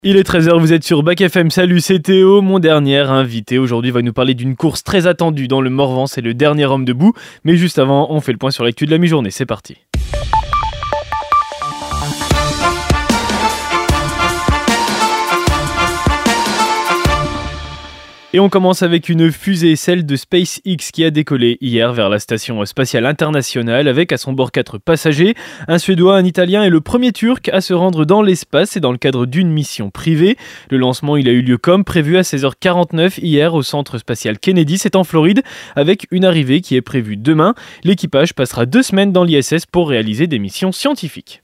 Il est 13h, vous êtes sur Bac FM, salut, c'est Théo, mon dernier invité. Aujourd'hui, va nous parler d'une course très attendue dans le Morvan, c'est le dernier homme debout. Mais juste avant, on fait le point sur l'actu de la mi-journée, c'est parti. Et on commence avec une fusée, celle de SpaceX, qui a décollé hier vers la station spatiale internationale avec à son bord 4 passagers. Un Suédois, un Italien et le premier Turc à se rendre dans l'espace et dans le cadre d'une mission privée. Le lancement, il a eu lieu comme prévu à 16h49 hier au centre spatial Kennedy, c'est en Floride, avec une arrivée qui est prévue demain. L'équipage passera 2 semaines dans l'ISS pour réaliser des missions scientifiques.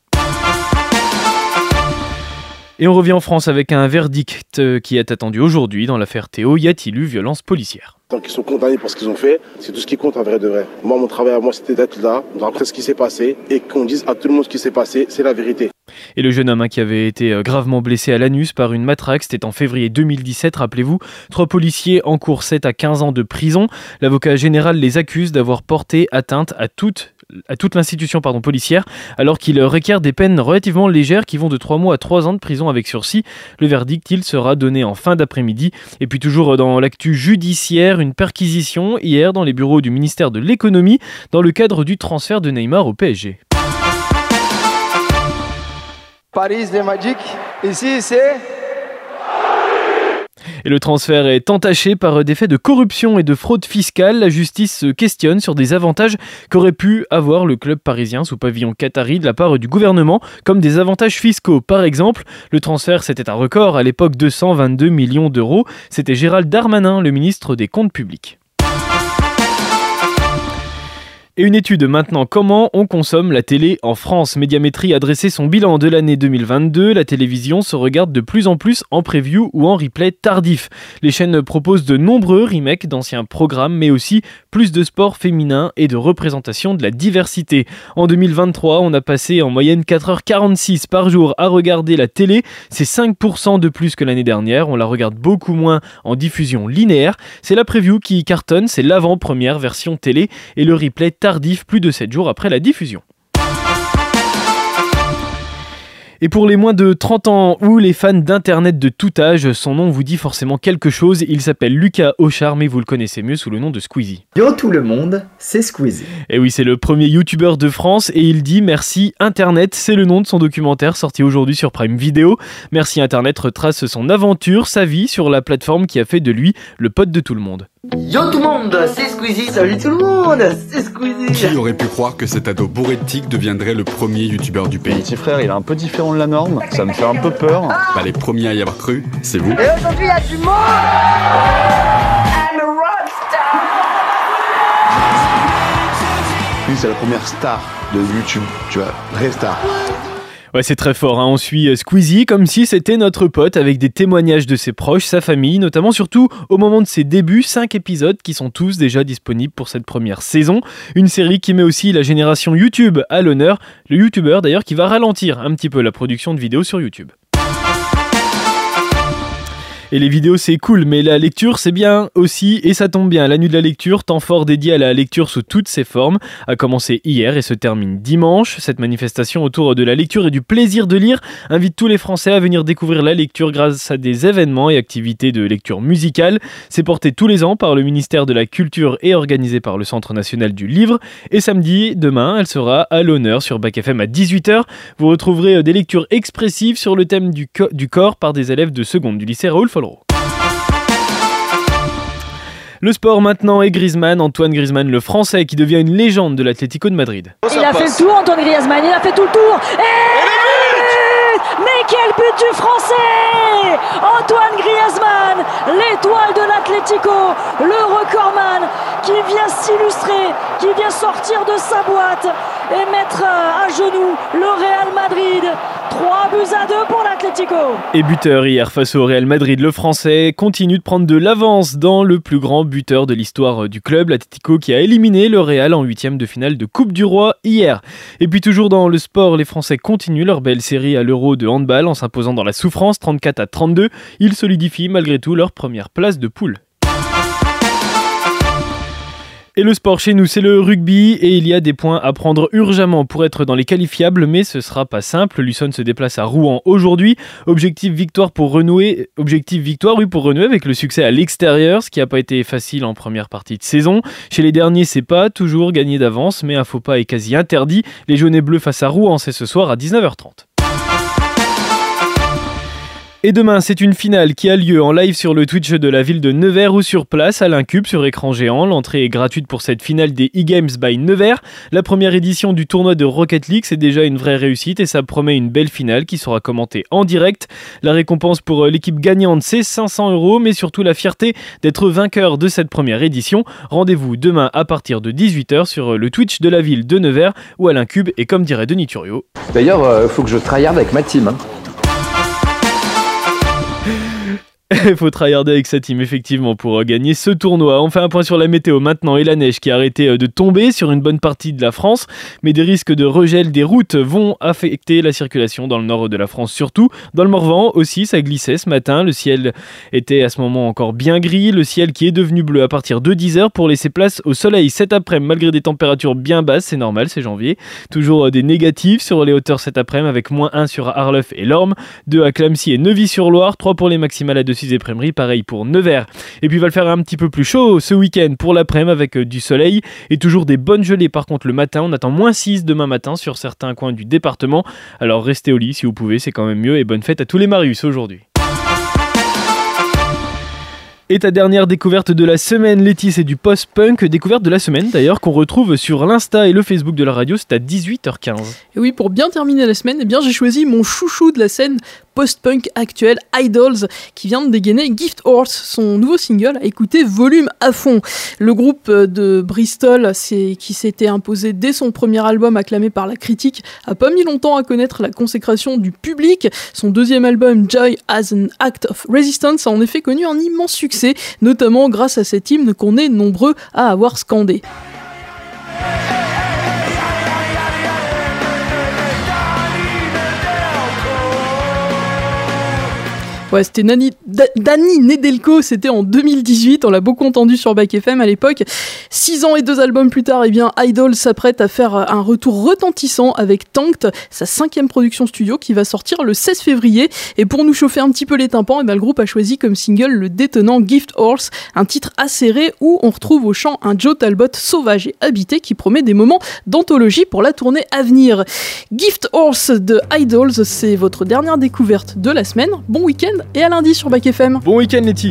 Et on revient en France avec un verdict qui est attendu aujourd'hui dans l'affaire Théo. Y a-t-il eu violence policière ? Tant qu'ils sont condamnés pour ce qu'ils ont fait, c'est tout ce qui compte en vrai de vrai. Moi, mon travail à moi, c'était d'être là, de raconter ce qui s'est passé et qu'on dise à tout le monde ce qui s'est passé, c'est la vérité. Et le jeune homme qui avait été gravement blessé à l'anus par une matraque, c'était en février 2017, rappelez-vous. 3 policiers encourent 7 à 15 ans de prison. L'avocat général les accuse d'avoir porté atteinte à toute l'institution policière, alors qu'il requiert des peines relativement légères qui vont de 3 mois à 3 ans de prison avec sursis. Le verdict, il sera donné en fin d'après-midi. Et puis toujours dans l'actu judiciaire, une perquisition hier dans les bureaux du ministère de l'économie dans le cadre du transfert de Neymar au PSG. Paris, les Magic. Ici, c'est... Et le transfert est entaché par des faits de corruption et de fraude fiscale. La justice se questionne sur des avantages qu'aurait pu avoir le club parisien sous pavillon qatari de la part du gouvernement, comme des avantages fiscaux. Par exemple, le transfert, c'était un record à l'époque, 222 millions d'euros. C'était Gérald Darmanin, le ministre des Comptes publics. Et une étude maintenant, comment on consomme la télé en France. Médiamétrie a dressé son bilan de l'année 2022. La télévision se regarde de plus en plus en preview ou en replay tardif. Les chaînes proposent de nombreux remakes d'anciens programmes, mais aussi plus de sport féminin et de représentation de la diversité. En 2023, on a passé en moyenne 4h46 par jour à regarder la télé. C'est 5% de plus que l'année dernière. On la regarde beaucoup moins en diffusion linéaire. C'est la preview qui cartonne, c'est l'avant-première version télé et le replay tardif plus de 7 jours après la diffusion. Et pour les moins de 30 ans ou les fans d'internet de tout âge, son nom vous dit forcément quelque chose. Il s'appelle Lucas Auchard, mais vous le connaissez mieux sous le nom de Squeezie. Yo tout le monde, c'est Squeezie. Et oui, c'est le premier youtubeur de France et il dit merci Internet. C'est le nom de son documentaire sorti aujourd'hui sur Prime Video. Merci Internet retrace son aventure, sa vie sur la plateforme qui a fait de lui le pote de tout le monde. Yo tout le monde, c'est Squeezie. Salut tout le monde, c'est Squeezie. Qui aurait pu croire que cet ado bourré de tics deviendrait le premier youtubeur du pays? Mon petit frère, il est un peu différent de la norme, ça me fait un peu peur. Les premiers à y avoir cru, c'est vous. Et aujourd'hui, il y a du monde. I'm a rockstar. Lui, c'est la première star de YouTube, tu vois, vraie star. Ouais, c'est très fort, hein. On suit Squeezie comme si c'était notre pote avec des témoignages de ses proches, sa famille, notamment surtout au moment de ses débuts, 5 épisodes qui sont tous déjà disponibles pour cette première saison. Une série qui met aussi la génération YouTube à l'honneur, le youtubeur d'ailleurs qui va ralentir un petit peu la production de vidéos sur YouTube. Et les vidéos c'est cool, mais la lecture c'est bien aussi, et ça tombe bien. La nuit de la lecture, temps fort dédié à la lecture sous toutes ses formes, a commencé hier et se termine dimanche. Cette manifestation autour de la lecture et du plaisir de lire invite tous les Français à venir découvrir la lecture grâce à des événements et activités de lecture musicale. C'est porté tous les ans par le ministère de la Culture et organisé par le Centre National du Livre. Et samedi, demain, elle sera à l'honneur sur Bac FM à 18h. Vous retrouverez des lectures expressives sur le thème du corps par des élèves de seconde du lycée Raoul Follereau. Le sport maintenant est Griezmann, Antoine Griezmann, le Français qui devient une légende de l'Atlético de Madrid. Il a fait le tour, Antoine Griezmann, il a fait tout le tour. Mais quel but du Français! Antoine Griezmann, l'étoile de l'Atlético, le recordman qui vient s'illustrer, qui vient sortir de sa boîte et mettre à genoux le Real Madrid. 3-2 pour l'Atlético. Et buteur hier face au Real Madrid, le Français continue de prendre de l'avance dans le plus grand buteur de l'histoire du club, l'Atlético qui a éliminé le Real en 8e de finale de Coupe du Roi hier. Et puis toujours dans le sport, les Français continuent leur belle série à l'Euro de handball en s'imposant dans la souffrance 34-32. Ils solidifient malgré tout leur première place de poule. Et le sport chez nous, c'est le rugby et il y a des points à prendre urgemment pour être dans les qualifiables, mais ce sera pas simple. L'Ussonne se déplace à Rouen aujourd'hui. Objectif victoire pour renouer avec le succès à l'extérieur, ce qui n'a pas été facile en première partie de saison. Chez les derniers, c'est pas toujours gagné d'avance, mais un faux pas est quasi interdit. Les jaunes et bleus face à Rouen, c'est ce soir à 19h30. Et demain, c'est une finale qui a lieu en live sur le Twitch de la ville de Nevers ou sur place à l'Incube sur écran géant. L'entrée est gratuite pour cette finale des e-Games by Nevers. La première édition du tournoi de Rocket League, c'est déjà une vraie réussite et ça promet une belle finale qui sera commentée en direct. La récompense pour l'équipe gagnante, c'est 500 €, mais surtout la fierté d'être vainqueur de cette première édition. Rendez-vous demain à partir de 18h sur le Twitch de la ville de Nevers ou à l'Incube. Et comme dirait Denis Thuriot... D'ailleurs, il faut que je tryhard avec ma team. Il faut tryharder avec sa team effectivement pour gagner ce tournoi. On fait un point sur la météo maintenant et la neige qui a arrêté de tomber sur une bonne partie de la France, mais des risques de regel des routes vont affecter la circulation dans le nord de la France surtout. Dans le Morvan aussi, ça glissait ce matin, le ciel était à ce moment encore bien gris, le ciel qui est devenu bleu à partir de 10h pour laisser place au soleil cet après-midi malgré des températures bien basses, c'est normal, c'est janvier. Toujours des négatifs sur les hauteurs cet après-midi avec -1 sur Arleuf et Lorme, 2 à Clamecy et Neuvy-sur-Loire, 3 pour les maximales à Decizes-et-Praimeries, pareil pour Nevers. Et puis il va le faire un petit peu plus chaud ce week-end pour l'après-midi avec du soleil et toujours des bonnes gelées par contre le matin. On attend -6 demain matin sur certains coins du département. Alors restez au lit si vous pouvez, c'est quand même mieux et bonne fête à tous les Marius aujourd'hui. Et ta dernière découverte de la semaine, Letty, c'est du post-punk. Découverte de la semaine d'ailleurs qu'on retrouve sur l'Insta et le Facebook de la radio, c'est à 18h15. Et oui, pour bien terminer la semaine, j'ai choisi mon chouchou de la scène post-punk actuel, Idols, qui vient de dégainer Gift Horse, son nouveau single, à écouter volume à fond. Le groupe de Bristol, qui s'était imposé dès son premier album acclamé par la critique, a pas mis longtemps à connaître la consécration du public. Son deuxième album, Joy as an Act of Resistance, a en effet connu un immense succès, notamment grâce à cet hymne qu'on est nombreux à avoir scandé. Ouais, c'était Danny Nedelko, c'était en 2018, on l'a beaucoup entendu sur Back FM à l'époque. 6 ans et 2 albums plus tard, Idol s'apprête à faire un retour retentissant avec Tanked, sa 5e production studio qui va sortir le 16 février. Et pour nous chauffer un petit peu les tympans, le groupe a choisi comme single le détonnant Gift Horse, un titre acéré où on retrouve au chant un Joe Talbot sauvage et habité qui promet des moments d'anthologie pour la tournée à venir. Gift Horse de Idols, c'est votre dernière découverte de la semaine. Bon week-end et à lundi sur Back FM. Bon week-end Letty.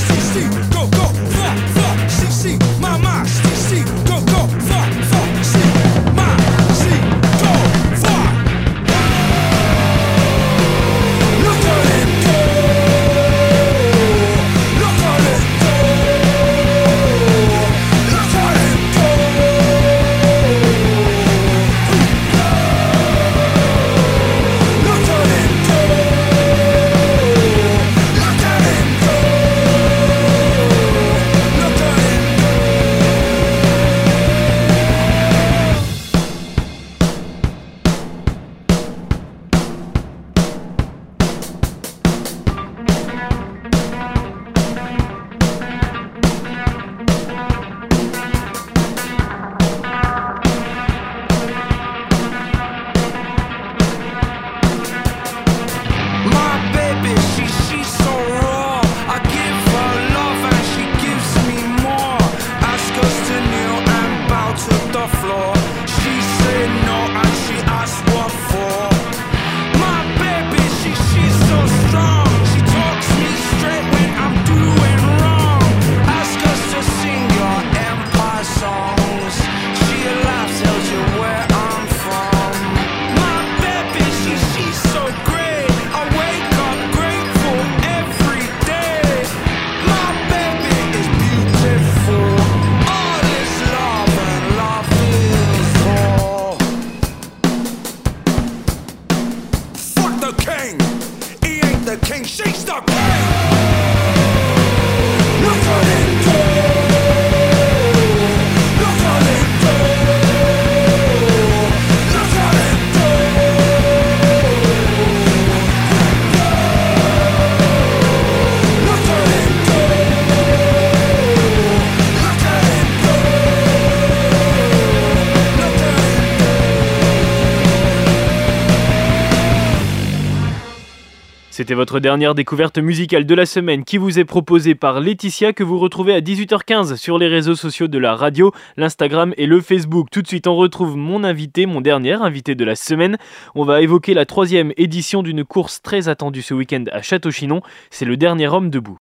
CC, C'était votre dernière découverte musicale de la semaine qui vous est proposée par Laetitia, que vous retrouvez à 18h15 sur les réseaux sociaux de la radio, l'Instagram et le Facebook. Tout de suite, on retrouve mon dernier invité de la semaine. On va évoquer la 3e édition d'une course très attendue ce week-end à Château-Chinon. C'est le dernier homme debout.